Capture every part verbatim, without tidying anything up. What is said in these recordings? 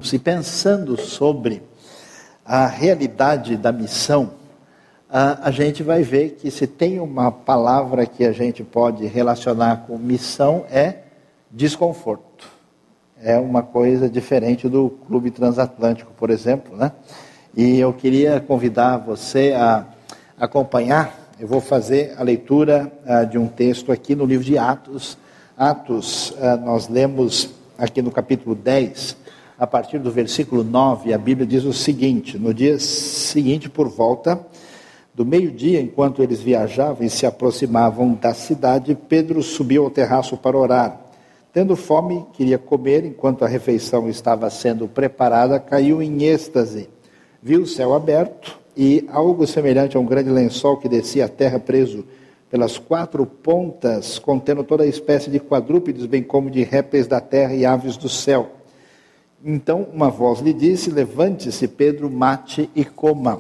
juntos e pensando sobre a realidade da missão, a, a gente vai ver que se tem uma palavra que a gente pode relacionar com missão é desconforto. É uma coisa diferente do Clube Transatlântico, por exemplo, né? E eu queria convidar você a acompanhar. Eu vou fazer a leitura uh, de um texto aqui no livro de Atos. Atos, uh, nós lemos aqui no capítulo dez, a partir do versículo nove, a Bíblia diz o seguinte: no dia seguinte, por volta do meio-dia, enquanto eles viajavam e se aproximavam da cidade, Pedro subiu ao terraço para orar. Tendo fome, queria comer, enquanto a refeição estava sendo preparada, caiu em êxtase. Viu o céu aberto e algo semelhante a um grande lençol que descia à terra preso pelas quatro pontas, contendo toda a espécie de quadrúpedes, bem como de répteis da terra e aves do céu. Então uma voz lhe disse: levante-se, Pedro, mate e coma.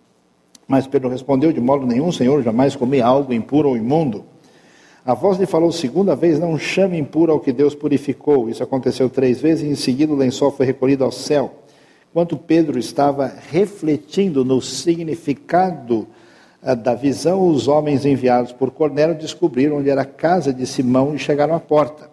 Mas Pedro respondeu: de modo nenhum, Senhor, jamais comi algo impuro ou imundo. A voz lhe falou segunda vez: não chame impuro ao que Deus purificou. Isso aconteceu três vezes e em seguida o lençol foi recolhido ao céu. Enquanto Pedro estava refletindo no significado uh, da visão, os homens enviados por Cornélio descobriram onde era a casa de Simão e chegaram à porta.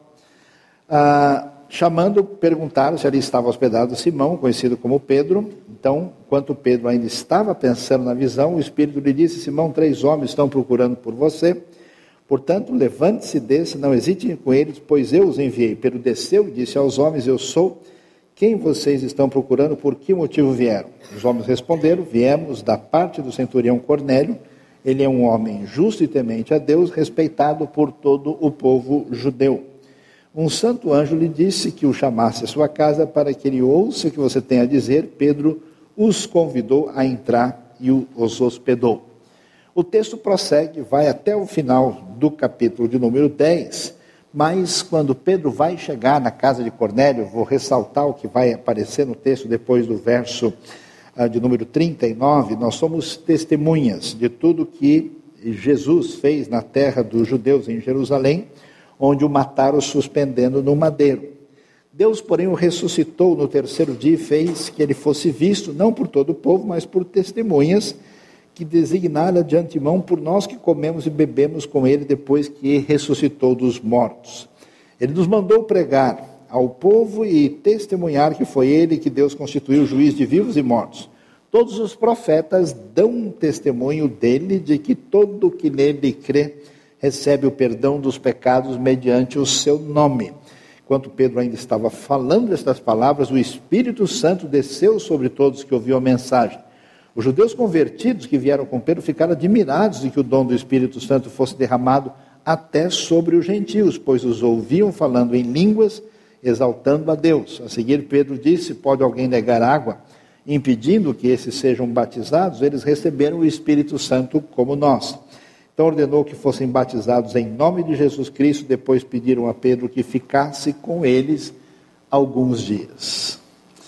Uh, chamando, perguntaram se ali estava hospedado Simão, conhecido como Pedro. Então, enquanto Pedro ainda estava pensando na visão, o Espírito lhe disse: Simão, três homens estão procurando por você. Portanto, levante-se desse, não hesite com eles, pois eu os enviei. Pedro desceu e disse aos homens: eu sou. Quem vocês estão procurando? Por que motivo vieram? Os homens responderam: viemos da parte do centurião Cornélio. Ele é um homem justo e temente a Deus, respeitado por todo o povo judeu. Um santo anjo lhe disse que o chamasse à sua casa para que ele ouça o que você tem a dizer. Pedro os convidou a entrar e os hospedou. O texto prossegue, vai até o final do capítulo de número dez, mas quando Pedro vai chegar na casa de Cornélio, vou ressaltar o que vai aparecer no texto depois do verso uh, de número trinta e nove, nós somos testemunhas de tudo que Jesus fez na terra dos judeus em Jerusalém, onde o mataram suspendendo no madeiro. Deus, porém, o ressuscitou no terceiro dia e fez que ele fosse visto, não por todo o povo, mas por testemunhas, que designaram de antemão por nós que comemos e bebemos com ele depois que ressuscitou dos mortos. Ele nos mandou pregar ao povo e testemunhar que foi ele que Deus constituiu juiz de vivos e mortos. Todos os profetas dão um testemunho dele, de que todo que nele crê recebe o perdão dos pecados mediante o seu nome. Enquanto Pedro ainda estava falando estas palavras, o Espírito Santo desceu sobre todos que ouviam a mensagem. Os judeus convertidos que vieram com Pedro ficaram admirados de que o dom do Espírito Santo fosse derramado até sobre os gentios, pois os ouviam falando em línguas, exaltando a Deus. A seguir, Pedro disse: pode alguém negar água, impedindo que esses sejam batizados? Eles receberam o Espírito Santo como nós. Então ordenou que fossem batizados em nome de Jesus Cristo. Depois pediram a Pedro que ficasse com eles alguns dias.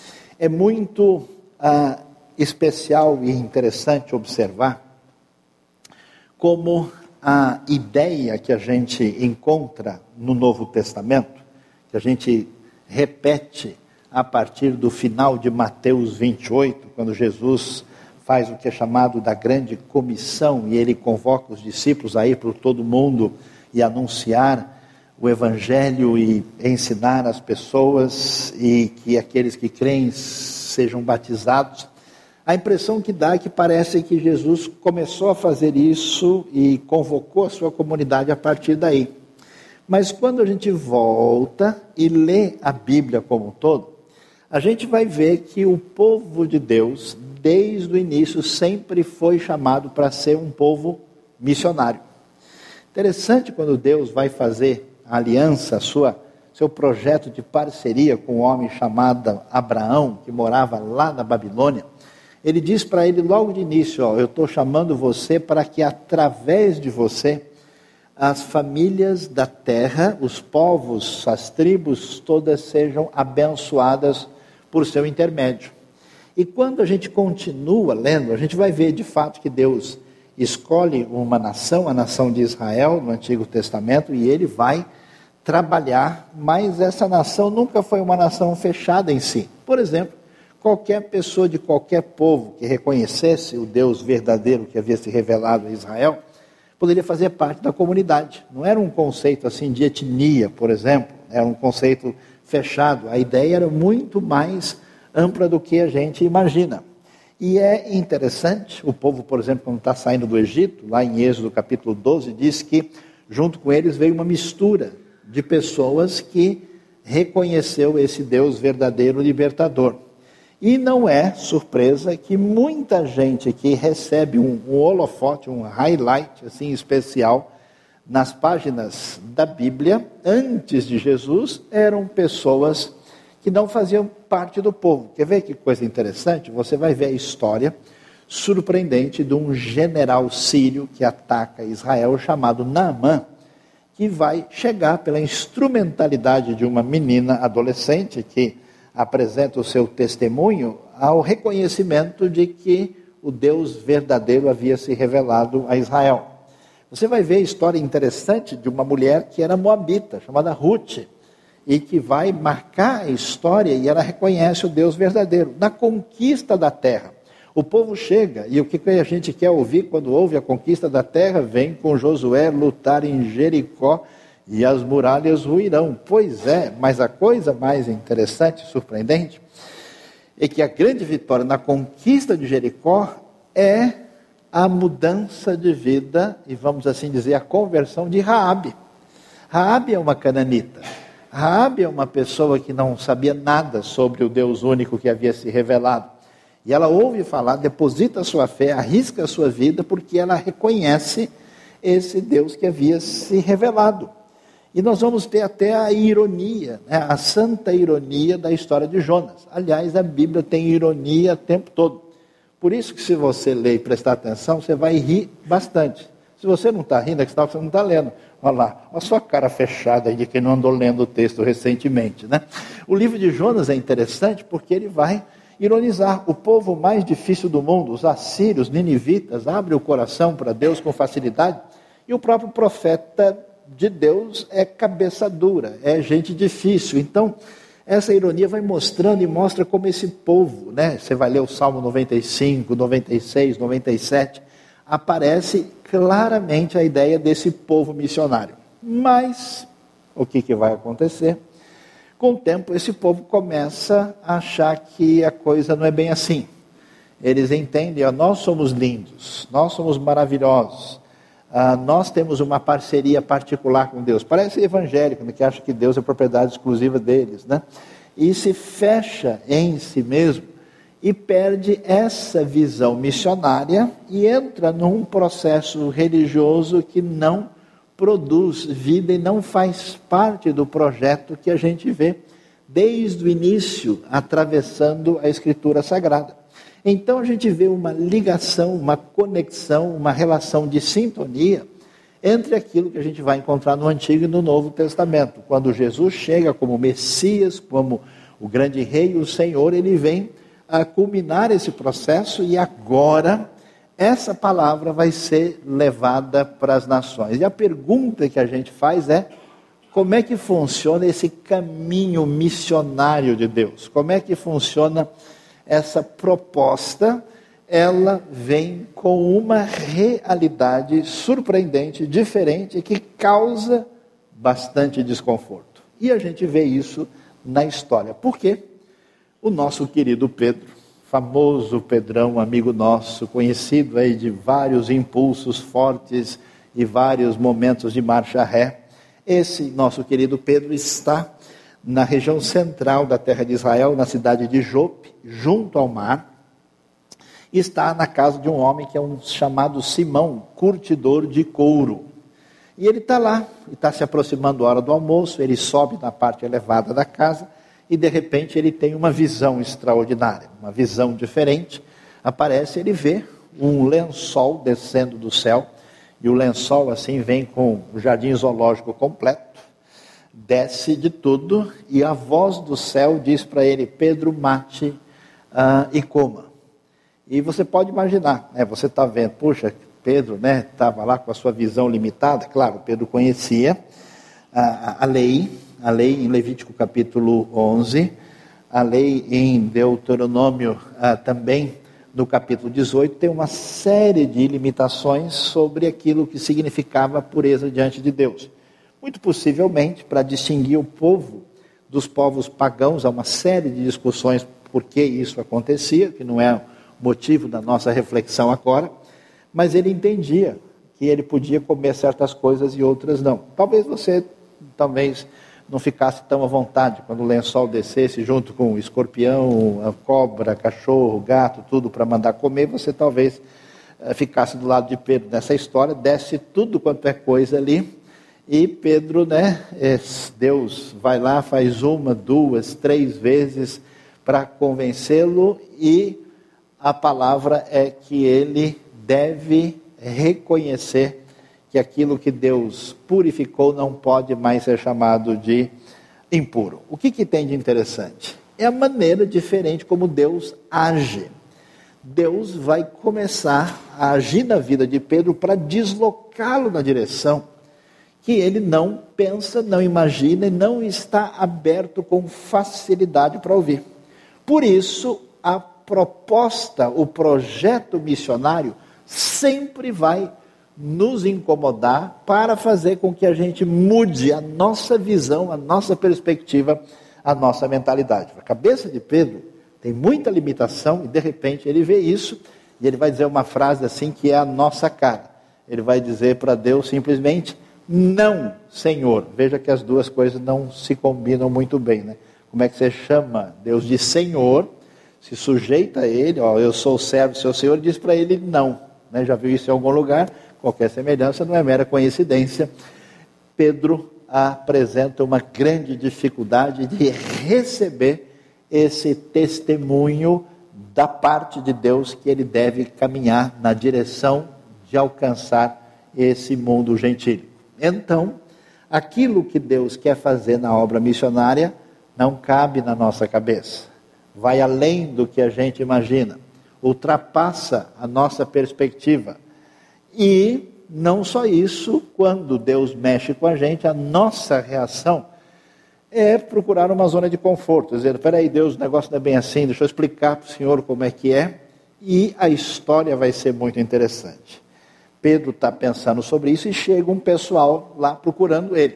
É muito ah, especial e interessante observar como a ideia que a gente encontra no Novo Testamento, que a gente repete a partir do final de Mateus vinte e oito, quando Jesus faz o que é chamado da grande comissão, e ele convoca os discípulos a ir por todo mundo e anunciar o Evangelho e ensinar as pessoas, e que aqueles que creem sejam batizados. A impressão que dá é que parece que Jesus começou a fazer isso e convocou a sua comunidade a partir daí. Mas quando a gente volta e lê a Bíblia como um todo, a gente vai ver que o povo de Deus, desde o início, sempre foi chamado para ser um povo missionário. Interessante quando Deus vai fazer a aliança, a sua, seu projeto de parceria com um homem chamado Abraão, que morava lá na Babilônia. Ele diz para ele logo de início: ó, eu estou chamando você para que através de você as famílias da terra, os povos, as tribos todas sejam abençoadas por seu intermédio. E quando a gente continua lendo, a gente vai ver de fato que Deus escolhe uma nação, a nação de Israel no Antigo Testamento, e ele vai trabalhar, mas essa nação nunca foi uma nação fechada em si. Por exemplo, qualquer pessoa de qualquer povo que reconhecesse o Deus verdadeiro que havia se revelado a Israel, poderia fazer parte da comunidade. Não era um conceito assim de etnia, por exemplo, era um conceito fechado. A ideia era muito mais ampla do que a gente imagina. E é interessante, o povo, por exemplo, quando está saindo do Egito, lá em Êxodo capítulo doze, diz que junto com eles veio uma mistura de pessoas que reconheceu esse Deus verdadeiro libertador. E não é surpresa que muita gente que recebe um, um holofote, um highlight assim especial nas páginas da Bíblia, antes de Jesus, eram pessoas que não faziam parte do povo. Quer ver que coisa interessante? Você vai ver a história surpreendente de um general sírio que ataca Israel, chamado Naamã, que vai chegar pela instrumentalidade de uma menina adolescente que apresenta o seu testemunho ao reconhecimento de que o Deus verdadeiro havia se revelado a Israel. Você vai ver a história interessante de uma mulher que era moabita, chamada Ruth, e que vai marcar a história, e ela reconhece o Deus verdadeiro. Na conquista da terra, o povo chega, e o que a gente quer ouvir quando ouve a conquista da terra? Vem com Josué lutar em Jericó, e as muralhas ruirão. Pois é, mas a coisa mais interessante e surpreendente é que a grande vitória na conquista de Jericó é a mudança de vida, e vamos assim dizer, a conversão de Raabe. Raabe é uma cananita. Raabe é uma pessoa que não sabia nada sobre o Deus único que havia se revelado. E ela ouve falar, deposita a sua fé, arrisca a sua vida, porque ela reconhece esse Deus que havia se revelado. E nós vamos ter até a ironia, né? A santa ironia da história de Jonas. Aliás, a Bíblia tem ironia o tempo todo. Por isso que se você ler e prestar atenção, você vai rir bastante. Se você não está rindo, é que você não está lendo. Olha lá, olha a sua cara fechada aí de quem não andou lendo o texto recentemente, né? O livro de Jonas é interessante porque ele vai ironizar. O povo mais difícil do mundo, os assírios, ninivitas, abre o coração para Deus com facilidade. E o próprio profeta de Deus é cabeça dura, é gente difícil. Então, essa ironia vai mostrando e mostra como esse povo, né? Você vai ler o Salmo noventa e cinco, noventa e seis, noventa e sete, aparece claramente a ideia desse povo missionário. Mas, o que, que vai acontecer? Com o tempo, esse povo começa a achar que a coisa não é bem assim. Eles entendem, ó, nós somos lindos, nós somos maravilhosos, ah, nós temos uma parceria particular com Deus. Parece evangélico, né, que acha que Deus é propriedade exclusiva deles, né? E se fecha em si mesmo e perde essa visão missionária e entra num processo religioso que não produz vida e não faz parte do projeto que a gente vê desde o início atravessando a Escritura Sagrada. Então a gente vê uma ligação, uma conexão, uma relação de sintonia entre aquilo que a gente vai encontrar no Antigo e no Novo Testamento. Quando Jesus chega como Messias, como o grande Rei, o Senhor, ele vem a culminar esse processo e agora essa palavra vai ser levada para as nações. E a pergunta que a gente faz é: como é que funciona esse caminho missionário de Deus? Como é que funciona essa proposta? Ela vem com uma realidade surpreendente, diferente, que causa bastante desconforto. E a gente vê isso na história. Por quê? O nosso querido Pedro, famoso Pedrão, amigo nosso, conhecido aí de vários impulsos fortes e vários momentos de marcha ré, esse nosso querido Pedro está na região central da terra de Israel, na cidade de Jope, junto ao mar, e está na casa de um homem que é um chamado Simão, curtidor de couro. E ele está lá, e está se aproximando a hora do almoço, ele sobe na parte elevada da casa, e de repente ele tem uma visão extraordinária, uma visão diferente. Aparece, ele vê um lençol descendo do céu, e o lençol assim vem com o jardim zoológico completo, desce de tudo, e a voz do céu diz para ele: Pedro, mate uh, e coma. E você pode imaginar, né, você está vendo, puxa, Pedro estava, né, lá com a sua visão limitada. Claro, Pedro conhecia a, a lei, a lei em Levítico capítulo onze, a lei em Deuteronômio ah, também, no capítulo dezoito, tem uma série de limitações sobre aquilo que significava pureza diante de Deus. Muito possivelmente, para distinguir o povo dos povos pagãos, há uma série de discussões por que isso acontecia, que não é motivo da nossa reflexão agora, mas ele entendia que ele podia comer certas coisas e outras não. Talvez você, talvez, não ficasse tão à vontade quando o lençol descesse junto com o escorpião, a cobra, cachorro, gato, tudo para mandar comer, você talvez ficasse do lado de Pedro nessa história, desce tudo quanto é coisa ali, e Pedro, né, Deus vai lá, faz uma, duas, três vezes para convencê-lo, e a palavra é que ele deve reconhecer que aquilo que Deus purificou não pode mais ser chamado de impuro. O que, que tem de interessante? É a maneira diferente como Deus age. Deus vai começar a agir na vida de Pedro para deslocá-lo na direção que ele não pensa, não imagina e não está aberto com facilidade para ouvir. Por isso, a proposta, o projeto missionário sempre vai nos incomodar para fazer com que a gente mude a nossa visão, a nossa perspectiva, a nossa mentalidade. A cabeça de Pedro tem muita limitação e de repente ele vê isso e ele vai dizer uma frase assim que é a nossa cara. Ele vai dizer para Deus simplesmente, não, Senhor. Veja que as duas coisas não se combinam muito bem, né? Como é que você chama Deus de Senhor, se sujeita a Ele, ó, eu sou o servo do seu Senhor, e diz para Ele não. Né? Já viu isso em algum lugar? Qualquer semelhança não é mera coincidência. Pedro apresenta uma grande dificuldade de receber esse testemunho da parte de Deus que ele deve caminhar na direção de alcançar esse mundo gentílico. Então, aquilo que Deus quer fazer na obra missionária não cabe na nossa cabeça. Vai além do que a gente imagina. Ultrapassa a nossa perspectiva. E não só isso, quando Deus mexe com a gente, a nossa reação é procurar uma zona de conforto. Dizer, peraí, Deus, o negócio não é bem assim, deixa eu explicar para o Senhor como é que é. E a história vai ser muito interessante. Pedro está pensando sobre isso e chega um pessoal lá procurando ele.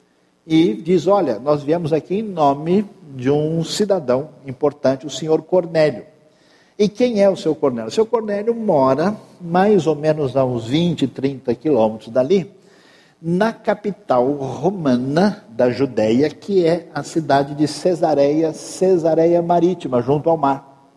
E diz, olha, nós viemos aqui em nome de um cidadão importante, o senhor Cornélio. E quem é o seu Cornélio? O seu Cornélio mora mais ou menos a uns vinte, trinta quilômetros dali, na capital romana da Judéia, que é a cidade de Cesareia, Cesareia Marítima, junto ao mar.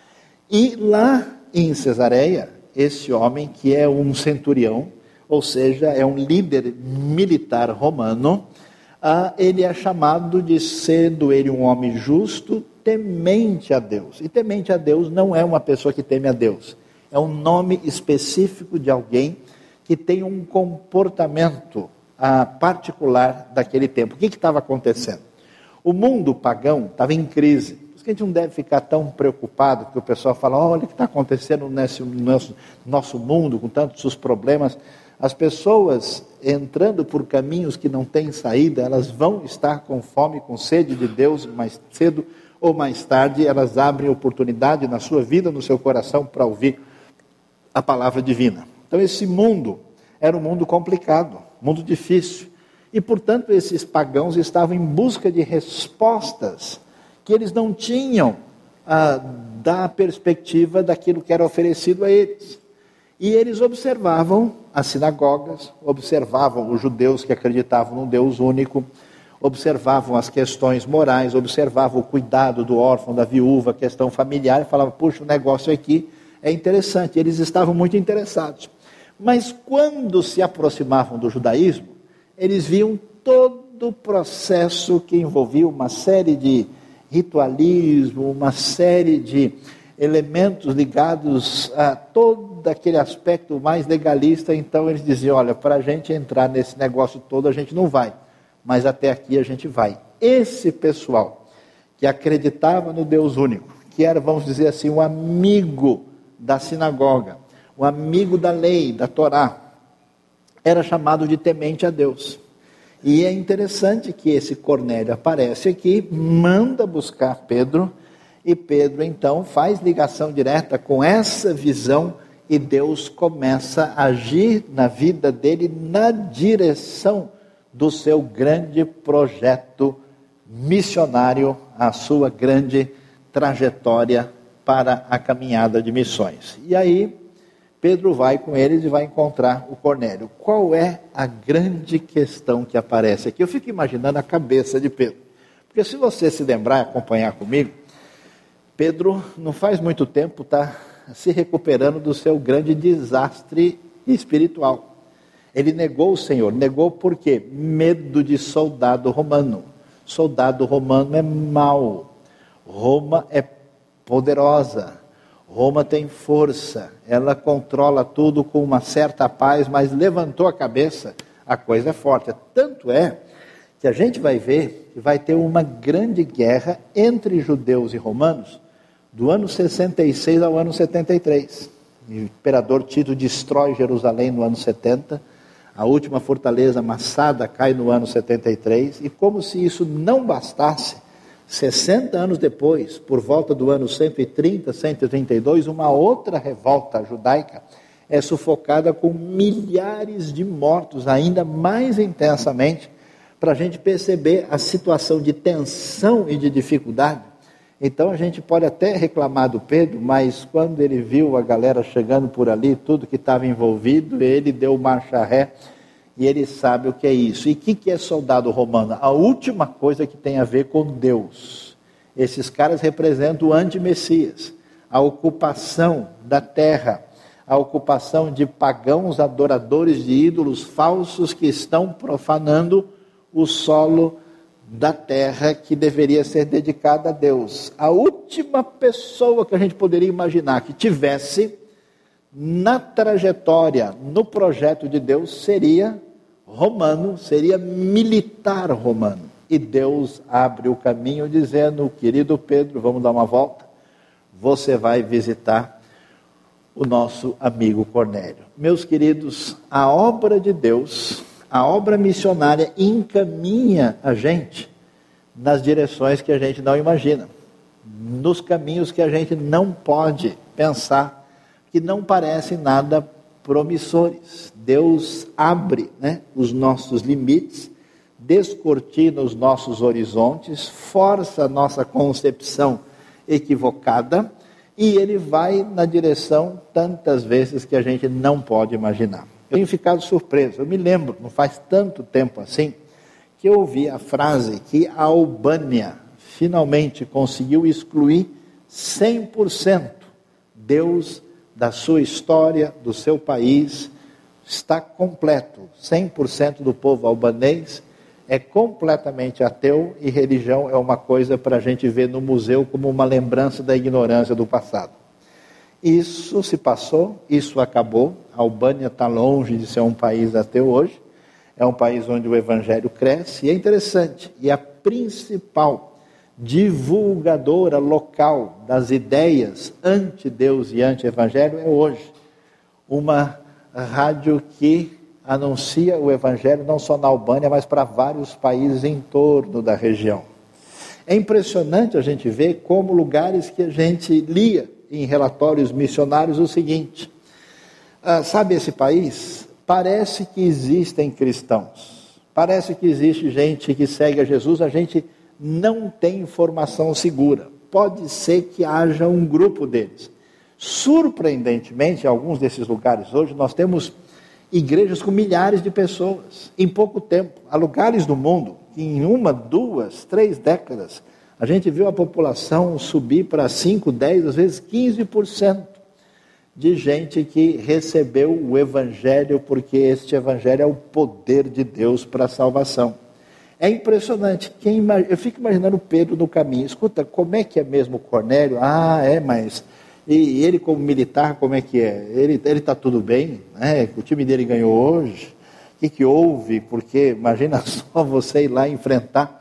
E lá em Cesareia, esse homem que é um centurião, ou seja, é um líder militar romano, ah, ele é chamado de sendo ele um homem justo, temente a Deus. E temente a Deus não é uma pessoa que teme a Deus, é um nome específico de alguém que tem um comportamento ah, particular daquele tempo. O que estava acontecendo? O mundo pagão estava em crise. Por isso que a gente não deve ficar tão preocupado, que o pessoal fala, olha o que está acontecendo nesse nosso, nosso mundo, com tantos os problemas. As pessoas entrando por caminhos que não têm saída, elas vão estar com fome, com sede de Deus, mais cedo ou mais tarde, elas abrem oportunidade na sua vida, no seu coração, para ouvir a palavra divina. Então esse mundo era um mundo complicado, um mundo difícil. E portanto esses pagãos estavam em busca de respostas que eles não tinham ah, da perspectiva daquilo que era oferecido a eles. E eles observavam as sinagogas, observavam os judeus que acreditavam num Deus único, observavam as questões morais, observavam o cuidado do órfão, da viúva, a questão familiar, e falavam, puxa, o negócio aqui é interessante. Eles estavam muito interessados. Mas quando se aproximavam do judaísmo, eles viam todo o processo que envolvia uma série de ritualismo, uma série de elementos ligados a todo aquele aspecto mais legalista. Então eles diziam, olha, para a gente entrar nesse negócio todo a gente não vai, mas até aqui a gente vai. Esse pessoal que acreditava no Deus único, que era, vamos dizer assim, um amigo da sinagoga, um amigo da lei, da Torá, era chamado de temente a Deus. E é interessante que esse Cornélio aparece aqui, manda buscar Pedro, e Pedro então faz ligação direta com essa visão, e Deus começa a agir na vida dele na direção do seu grande projeto missionário, a sua grande trajetória para a caminhada de missões. E aí Pedro vai com eles e vai encontrar o Cornélio. Qual é a grande questão que aparece aqui? Eu fico imaginando a cabeça de Pedro, porque se você se lembrar e acompanhar comigo, Pedro não faz muito tempo está se recuperando do seu grande desastre espiritual. Ele negou o Senhor. Negou por quê? Medo de soldado romano. Soldado romano é mau. Roma é poderosa. Roma tem força. Ela controla tudo com uma certa paz, mas levantou a cabeça, a coisa é forte. Tanto é que a gente vai ver que vai ter uma grande guerra entre judeus e romanos do ano sessenta e seis ao ano setenta e três. O imperador Tito destrói Jerusalém no ano setenta, a última fortaleza Massada cai no ano setenta e três, e como se isso não bastasse, sessenta anos depois, por volta do ano cento e trinta, cento e trinta e dois, uma outra revolta judaica é sufocada com milhares de mortos, ainda mais intensamente, para a gente perceber a situação de tensão e de dificuldade. Então a gente pode até reclamar do Pedro, mas quando ele viu a galera chegando por ali, tudo que estava envolvido, ele deu marcha ré e ele sabe o que é isso. E o que, que é soldado romano? A última coisa que tem a ver com Deus. Esses caras representam o anti-Messias, a ocupação da terra, a ocupação de pagãos adoradores de ídolos falsos que estão profanando o solo da terra que deveria ser dedicada a Deus. A última pessoa que a gente poderia imaginar que tivesse na trajetória, no projeto de Deus, seria romano, seria militar romano. E Deus abre o caminho dizendo: querido Pedro, vamos dar uma volta, você vai visitar o nosso amigo Cornélio. Meus queridos, a obra de Deus, a obra missionária encaminha a gente nas direções que a gente não imagina, nos caminhos que a gente não pode pensar, que não parecem nada promissores. Deus abre, né, os nossos limites, descortina os nossos horizontes, força a nossa concepção equivocada, e Ele vai na direção tantas vezes que a gente não pode imaginar. Eu tenho ficado surpreso. Eu me lembro, não faz tanto tempo assim, que eu ouvi a frase que a Albânia finalmente conseguiu excluir cem por cento Deus da sua história, do seu país. Está completo. cem por cento do povo albanês é completamente ateu, e religião é uma coisa para a gente ver no museu como uma lembrança da ignorância do passado. Isso se passou, isso acabou. A Albânia está longe de ser um país ateu hoje, é um país onde o evangelho cresce, e é interessante, e a principal divulgadora local das ideias anti-Deus e anti-evangelho é hoje uma rádio que anuncia o evangelho não só na Albânia, mas para vários países em torno da região. É impressionante a gente ver como lugares que a gente lia em relatórios missionários o seguinte: ah, sabe esse país? Parece que existem cristãos, parece que existe gente que segue a Jesus, a gente não tem informação segura, pode ser que haja um grupo deles. Surpreendentemente, em alguns desses lugares hoje, nós temos igrejas com milhares de pessoas, em pouco tempo. Há lugares do mundo que em uma, duas, três décadas, a gente viu a população subir para cinco, dez, às vezes quinze por cento de gente que recebeu o evangelho, porque este evangelho é o poder de Deus para a salvação. É impressionante. Quem, eu fico imaginando Pedro no caminho. Escuta, como é que é mesmo Cornélio? Ah, é, mas... E ele como militar, como é que é? Ele está tudo bem? Né? O time dele ganhou hoje? O que, que houve? Porque imagina só você ir lá enfrentar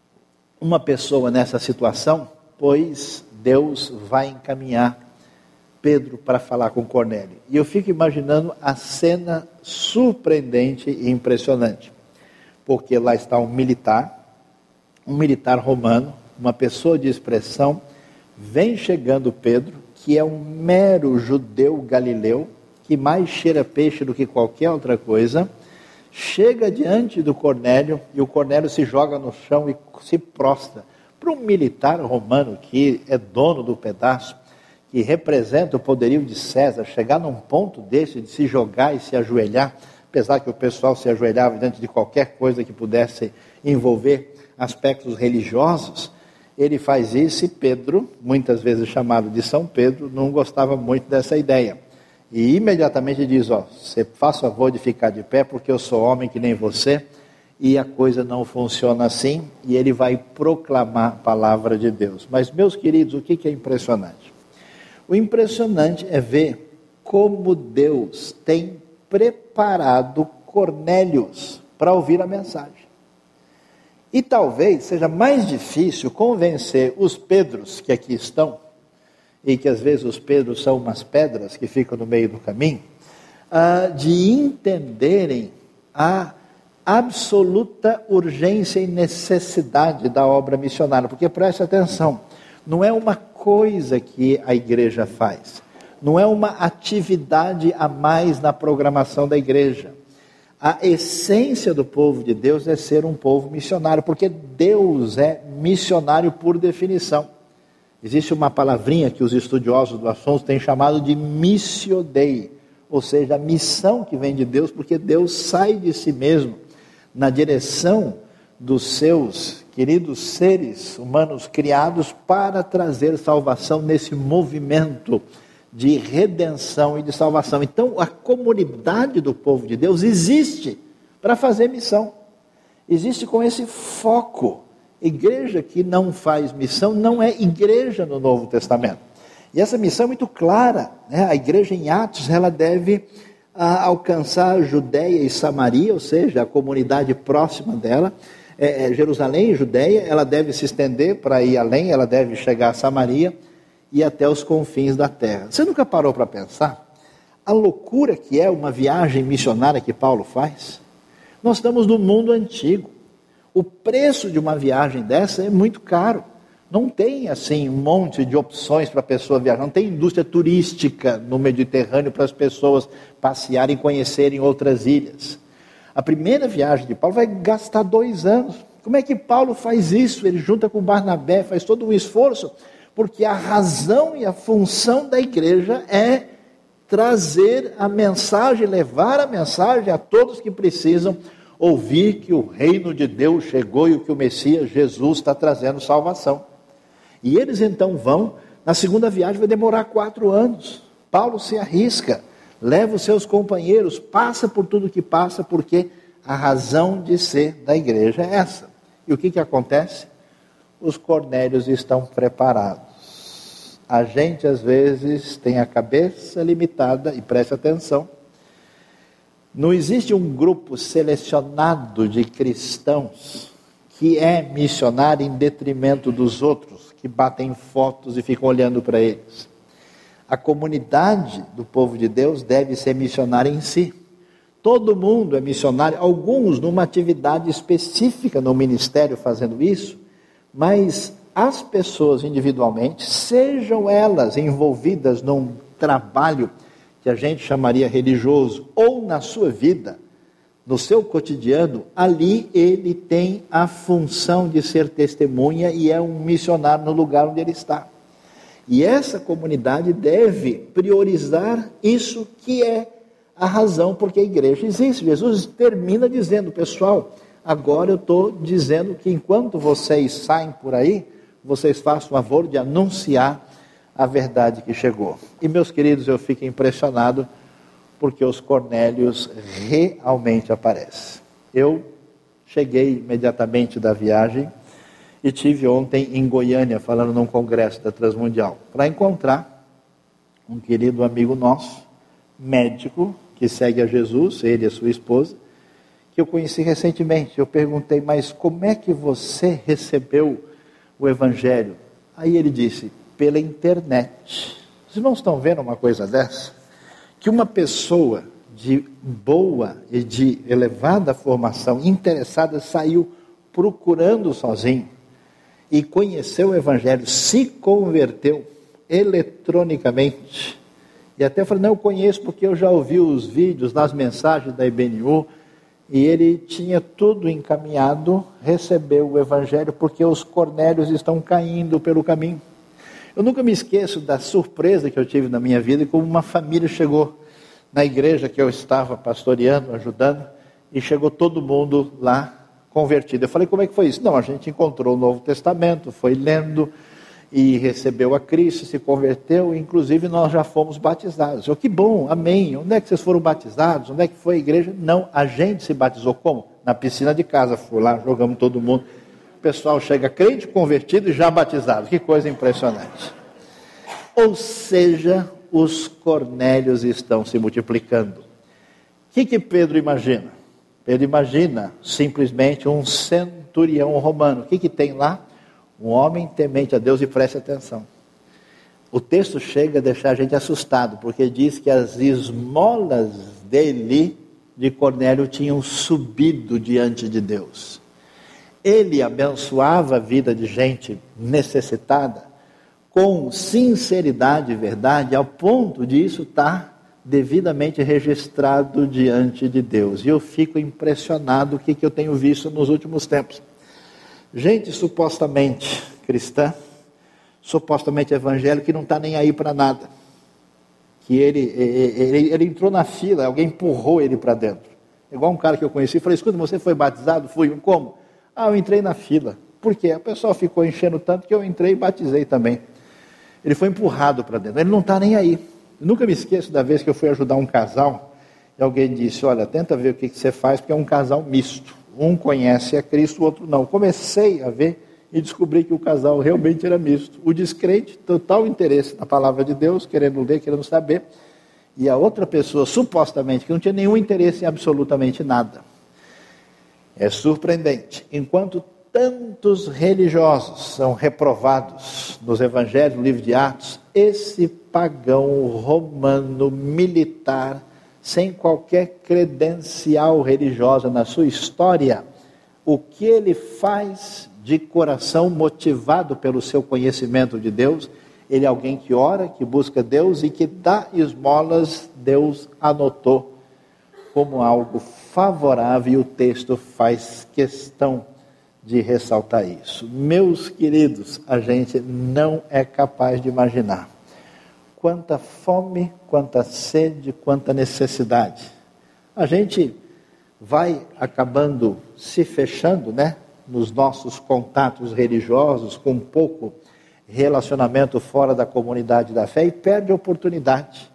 uma pessoa nessa situação. Pois Deus vai encaminhar Pedro para falar com Cornélio. E eu fico imaginando a cena surpreendente e impressionante. Porque lá está um militar, um militar romano, uma pessoa de expressão, vem chegando Pedro, que é um mero judeu galileu, que mais cheira peixe do que qualquer outra coisa, chega diante do Cornélio, e o Cornélio se joga no chão e se prostra. Para um militar romano que é dono do pedaço, que representa o poderio de César, chegar num ponto desse de se jogar e se ajoelhar, apesar que o pessoal se ajoelhava diante de qualquer coisa que pudesse envolver aspectos religiosos, ele faz isso e Pedro, muitas vezes chamado de São Pedro, não gostava muito dessa ideia. E imediatamente diz, ó, você faz favor de ficar de pé, porque eu sou homem que nem você, e a coisa não funciona assim, e ele vai proclamar a palavra de Deus. Mas, meus queridos, o que que é impressionante? O impressionante é ver como Deus tem preparado Cornélios para ouvir a mensagem. E talvez seja mais difícil convencer os Pedros que aqui estão, e que às vezes os Pedros são umas pedras que ficam no meio do caminho, uh, de entenderem a absoluta urgência e necessidade da obra missionária. Porque preste atenção, não é uma coisa que a igreja faz, não é uma atividade a mais na programação da igreja. A essência do povo de Deus é ser um povo missionário, porque Deus é missionário por definição. Existe uma palavrinha que os estudiosos do assunto têm chamado de missio Dei, ou seja, a missão que vem de Deus, porque Deus sai de si mesmo na direção dos seus queridos seres humanos criados para trazer salvação nesse movimento de redenção e de salvação. Então, a comunidade do povo de Deus existe para fazer missão, existe com esse foco. Igreja que não faz missão não é igreja no Novo Testamento. E essa missão é muito clara, né? A igreja em Atos, ela deve ah, alcançar a Judeia e Samaria, ou seja, a comunidade próxima dela. É, é, Jerusalém e Judeia, ela deve se estender para ir além, ela deve chegar a Samaria e até os confins da terra. Você nunca parou para pensar a loucura que é uma viagem missionária que Paulo faz? Nós estamos no mundo antigo. O preço de uma viagem dessa é muito caro. Não tem assim um monte de opções para a pessoa viajar. Não tem indústria turística no Mediterrâneo para as pessoas passearem e conhecerem outras ilhas. A primeira viagem de Paulo vai gastar dois anos. Como é que Paulo faz isso? Ele junta com Barnabé, faz todo um esforço, porque a razão e a função da igreja é trazer a mensagem, levar a mensagem a todos que precisam ouvir que o reino de Deus chegou e que o Messias Jesus está trazendo salvação. E eles então vão, na segunda viagem vai demorar quatro anos. Paulo se arrisca, leva os seus companheiros, passa por tudo que passa, porque a razão de ser da igreja é essa. E o que que acontece? Os Cornélios estão preparados. A gente às vezes tem a cabeça limitada, e preste atenção, não existe um grupo selecionado de cristãos que é missionário em detrimento dos outros, que batem fotos e ficam olhando para eles. A comunidade do povo de Deus deve ser missionária em si. Todo mundo é missionário, alguns numa atividade específica no ministério fazendo isso, mas as pessoas individualmente, sejam elas envolvidas num trabalho que a gente chamaria religioso, ou na sua vida, no seu cotidiano, ali ele tem a função de ser testemunha e é um missionário no lugar onde ele está. E essa comunidade deve priorizar isso que é a razão porque a igreja existe. Jesus termina dizendo, pessoal, agora eu estou dizendo que enquanto vocês saem por aí, vocês façam o favor de anunciar a verdade que chegou. E meus queridos, eu fico impressionado porque os Cornélios realmente aparecem. Eu cheguei imediatamente da viagem e tive ontem em Goiânia, falando num congresso da Transmundial, para encontrar um querido amigo nosso, médico, que segue a Jesus, ele e a sua esposa, que eu conheci recentemente. Eu perguntei, mas como é que você recebeu o Evangelho? Aí ele disse, pela internet. Os irmãos estão vendo uma coisa dessa? Que uma pessoa de boa e de elevada formação, interessada, saiu procurando sozinho e conheceu o Evangelho, se converteu eletronicamente. E até falei, não, eu conheço porque eu já ouvi os vídeos, nas mensagens da I B N U, e ele tinha tudo encaminhado, recebeu o Evangelho, porque os Cornélios estão caindo pelo caminho. Eu nunca me esqueço da surpresa que eu tive na minha vida, como uma família chegou na igreja que eu estava pastoreando, ajudando, e chegou todo mundo lá convertido. Eu falei, como é que foi isso? Não, a gente encontrou o Novo Testamento, foi lendo, e recebeu a Cristo, se converteu, inclusive nós já fomos batizados. Eu, que bom, amém. Onde é que vocês foram batizados? Onde é que foi a igreja? Não, a gente se batizou como? Na piscina de casa, fui lá, jogamos todo mundo. O pessoal chega crente, convertido e já batizado. Que coisa impressionante. Ou seja, os Cornélios estão se multiplicando. O que, que Pedro imagina? Pedro imagina simplesmente um centurião romano. O que, que tem lá? Um homem temente a Deus, e preste atenção. O texto chega a deixar a gente assustado, porque diz que as esmolas dele, de Cornélio, tinham subido diante de Deus. Ele abençoava a vida de gente necessitada, com sinceridade e verdade, ao ponto de isso estar devidamente registrado diante de Deus. E eu fico impressionado com o que eu tenho visto nos últimos tempos. Gente supostamente cristã, supostamente evangélica, que não está nem aí para nada. Que ele, ele, ele entrou na fila, alguém empurrou ele para dentro. Igual um cara que eu conheci, falei, escuta, você foi batizado? Fui. Como? Ah, eu entrei na fila. Por quê? A pessoa ficou enchendo tanto que eu entrei e batizei também. Ele foi empurrado para dentro, ele não está nem aí. Eu nunca me esqueço da vez que eu fui ajudar um casal, e alguém disse, olha, tenta ver o que, que você faz, porque é um casal misto. Um conhece a Cristo, o outro não. Comecei a ver e descobri que o casal realmente era misto. O descrente, total interesse na palavra de Deus, querendo ler, querendo saber. E a outra pessoa, supostamente, que não tinha nenhum interesse em absolutamente nada. É surpreendente. Enquanto tantos religiosos são reprovados nos evangelhos, no livro de Atos, esse pagão romano militar, sem qualquer credencial religiosa na sua história, o que ele faz de coração motivado pelo seu conhecimento de Deus, ele é alguém que ora, que busca Deus e que dá esmolas, Deus anotou como algo favorável, e o texto faz questão de ressaltar isso. Meus queridos, a gente não é capaz de imaginar quanta fome, quanta sede, quanta necessidade. A gente vai acabando se fechando, né, nos nossos contatos religiosos, com pouco relacionamento fora da comunidade da fé, e perde a oportunidade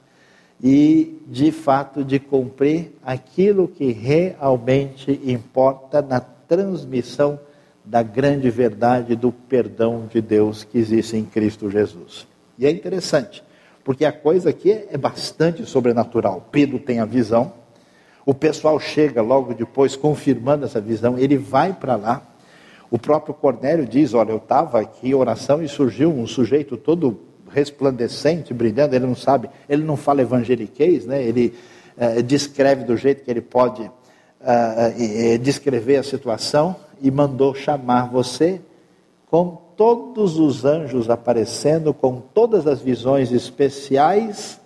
e, de fato, de cumprir aquilo que realmente importa na transmissão da grande verdade do perdão de Deus que existe em Cristo Jesus. E é interessante, porque a coisa aqui é bastante sobrenatural. Pedro tem a visão, o pessoal chega logo depois confirmando essa visão, ele vai para lá, o próprio Cornélio diz, olha, eu estava aqui em oração e surgiu um sujeito todo resplandecente, brilhando, ele não sabe, ele não fala evangeliquez, né? Ele eh, descreve do jeito que ele pode eh, eh, descrever a situação, e mandou chamar você, com todos os anjos aparecendo, com todas as visões especiais.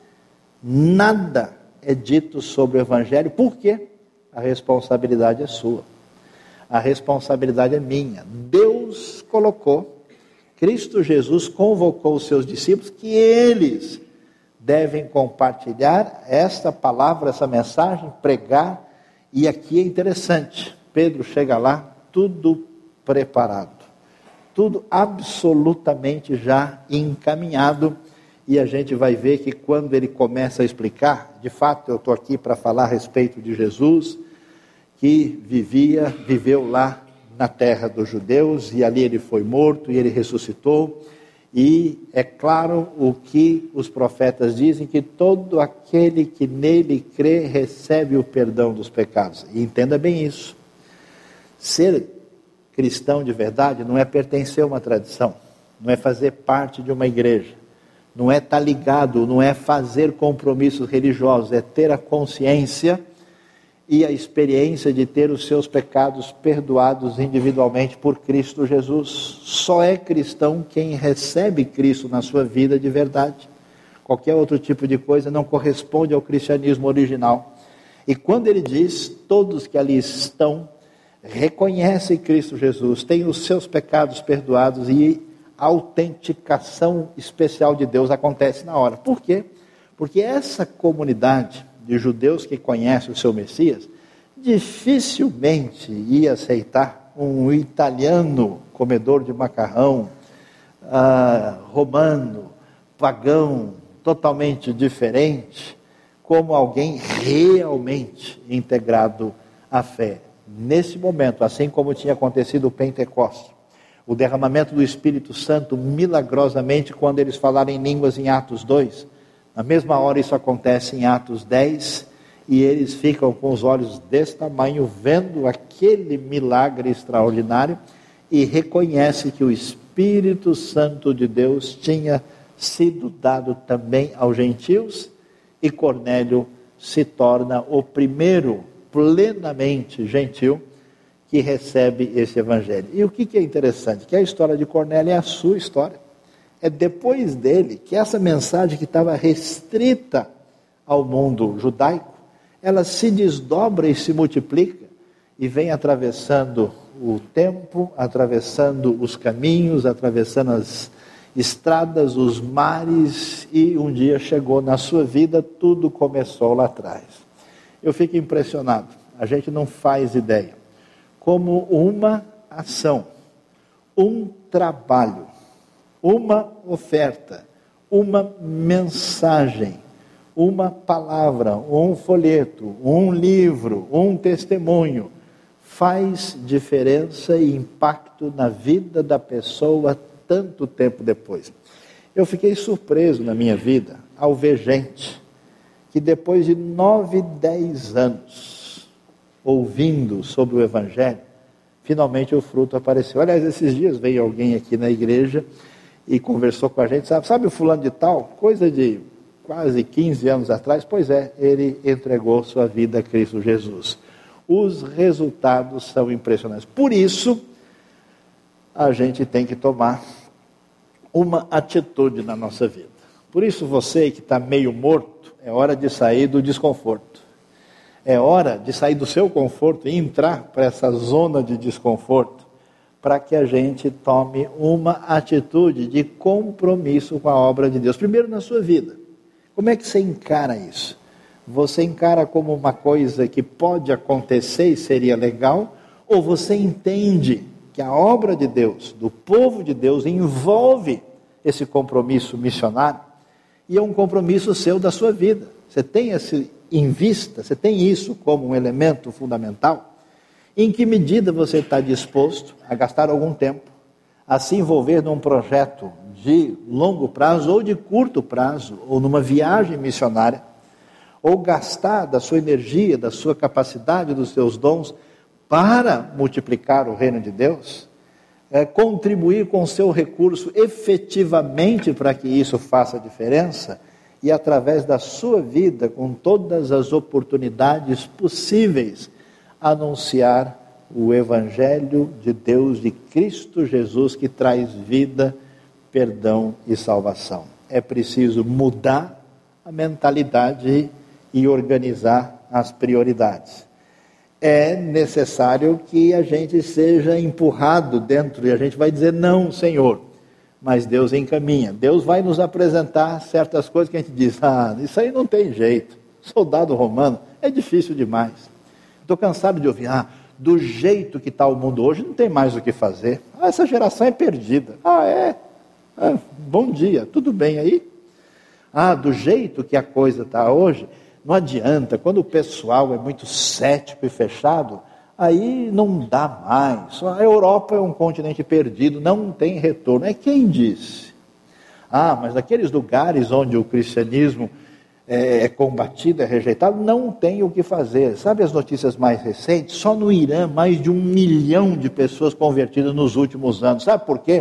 Nada é dito sobre o Evangelho. Por quê? A responsabilidade é sua. A responsabilidade é minha. Deus colocou, Cristo Jesus convocou os seus discípulos, que eles devem compartilhar esta palavra, essa mensagem, pregar. E aqui é interessante, Pedro chega lá, tudo preparado, tudo absolutamente já encaminhado, e a gente vai ver que quando ele começa a explicar, de fato eu estou aqui para falar a respeito de Jesus, que vivia, viveu lá na terra dos judeus, e ali ele foi morto, e ele ressuscitou, e é claro o que os profetas dizem, que todo aquele que nele crê, recebe o perdão dos pecados. E entenda bem isso. Ser cristão de verdade não é pertencer a uma tradição, não é fazer parte de uma igreja, não é estar ligado, não é fazer compromissos religiosos, é ter a consciência e a experiência de ter os seus pecados perdoados individualmente por Cristo Jesus. Só é cristão quem recebe Cristo na sua vida de verdade. Qualquer outro tipo de coisa não corresponde ao cristianismo original. E quando ele diz, todos que ali estão, reconhecem Cristo Jesus, têm os seus pecados perdoados e a autenticação especial de Deus acontece na hora. Por quê? Porque essa comunidade de judeus que conhecem o seu Messias, dificilmente ia aceitar um italiano comedor de macarrão, uh, romano, pagão, totalmente diferente, como alguém realmente integrado à fé. Nesse momento, assim como tinha acontecido o Pentecostes, o derramamento do Espírito Santo milagrosamente quando eles falaram em línguas em Atos dois, na mesma hora isso acontece em Atos dez, e eles ficam com os olhos desse tamanho, vendo aquele milagre extraordinário, e reconhece que o Espírito Santo de Deus tinha sido dado também aos gentios, e Cornélio se torna o primeiro plenamente gentil que recebe esse evangelho. E o que, que é interessante? Que a história de Cornélio é a sua história. É depois dele que essa mensagem que estava restrita ao mundo judaico, ela se desdobra e se multiplica e vem atravessando o tempo, atravessando os caminhos, atravessando as estradas, os mares, e um dia chegou na sua vida, tudo começou lá atrás. Eu fico impressionado, a gente não faz ideia, como uma ação, um trabalho, uma oferta, uma mensagem, uma palavra, um folheto, um livro, um testemunho, faz diferença e impacto na vida da pessoa tanto tempo depois. Eu fiquei surpreso na minha vida ao ver gente que depois de nove, dez anos ouvindo sobre o Evangelho, finalmente o fruto apareceu. Aliás, esses dias veio alguém aqui na igreja e conversou com a gente, sabe, sabe o fulano de tal? Coisa de quase quinze anos atrás, pois é, ele entregou sua vida a Cristo Jesus. Os resultados são impressionantes. Por isso, a gente tem que tomar uma atitude na nossa vida. Por isso, você que está meio morto, é hora de sair do desconforto. É hora de sair do seu conforto e entrar para essa zona de desconforto, para que a gente tome uma atitude de compromisso com a obra de Deus. Primeiro na sua vida. Como é que você encara isso? Você encara como uma coisa que pode acontecer e seria legal? Ou você entende que a obra de Deus, do povo de Deus, envolve esse compromisso missionário? E é um compromisso seu da sua vida. Você tem esse em vista, você tem isso como um elemento fundamental? Em que medida você está disposto a gastar algum tempo, a se envolver num projeto de longo prazo ou de curto prazo, ou numa viagem missionária, ou gastar da sua energia, da sua capacidade, dos seus dons, para multiplicar o reino de Deus? É, contribuir com o seu recurso efetivamente para que isso faça diferença, e através da sua vida, com todas as oportunidades possíveis, anunciar o Evangelho de Deus, de Cristo Jesus, que traz vida, perdão e salvação. É preciso mudar a mentalidade e organizar as prioridades. É necessário que a gente seja empurrado dentro, e a gente vai dizer, não, Senhor, mas Deus encaminha. Deus vai nos apresentar certas coisas que a gente diz, ah, isso aí não tem jeito, soldado romano, é difícil demais. Estou cansado de ouvir, ah, do jeito que está o mundo hoje, não tem mais o que fazer. Ah, essa geração é perdida. Ah, é? Ah, bom dia, tudo bem aí? Ah, do jeito que a coisa está hoje, não adianta, quando o pessoal é muito cético e fechado, aí não dá mais. A Europa é um continente perdido, não tem retorno. É quem disse? Ah, mas naqueles lugares onde o cristianismo é, é combatido, é rejeitado, não tem o que fazer. Sabe as notícias mais recentes? Só no Irã, mais de um milhão de pessoas convertidas nos últimos anos. Sabe por quê?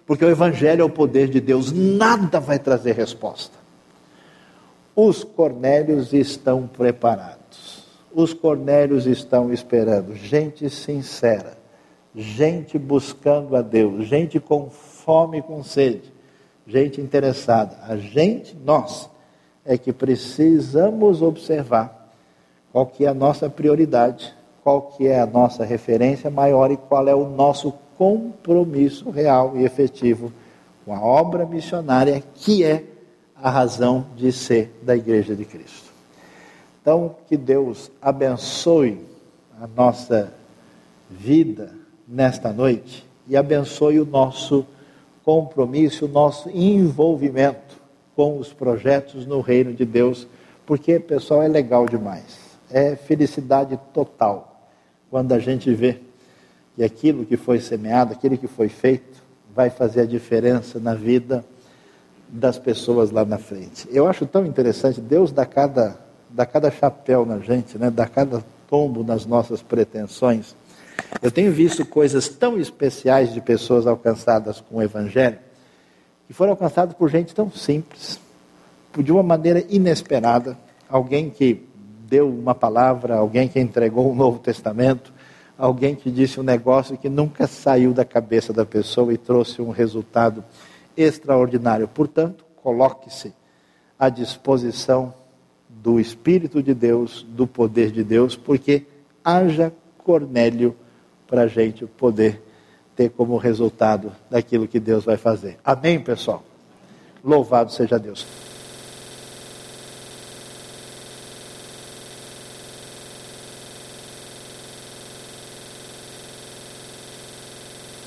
Porque o Evangelho é o poder de Deus, nada vai trazer resposta. Os Cornélios estão preparados, os Cornélios estão esperando, gente sincera, gente buscando a Deus, gente com fome e com sede, gente interessada. A gente, nós, é que precisamos observar qual que é a nossa prioridade, qual que é a nossa referência maior e qual é o nosso compromisso real e efetivo com a obra missionária, que é a razão de ser da Igreja de Cristo. Então, que Deus abençoe a nossa vida nesta noite e abençoe o nosso compromisso, o nosso envolvimento com os projetos no reino de Deus, porque, pessoal, é legal demais, é felicidade total quando a gente vê que aquilo que foi semeado, aquilo que foi feito, vai fazer a diferença na vida das pessoas lá na frente. Eu acho tão interessante, Deus dá cada, dá cada chapéu na gente, né? Dá cada tombo nas nossas pretensões. Eu tenho visto coisas tão especiais de pessoas alcançadas com o Evangelho, que foram alcançadas por gente tão simples, de uma maneira inesperada. Alguém que deu uma palavra, alguém que entregou o Novo Testamento, alguém que disse um negócio que nunca saiu da cabeça da pessoa e trouxe um resultado extraordinário. Portanto, coloque-se à disposição do Espírito de Deus, do poder de Deus, porque haja Cornélio para a gente poder ter como resultado daquilo que Deus vai fazer. Amém, pessoal? Louvado seja Deus.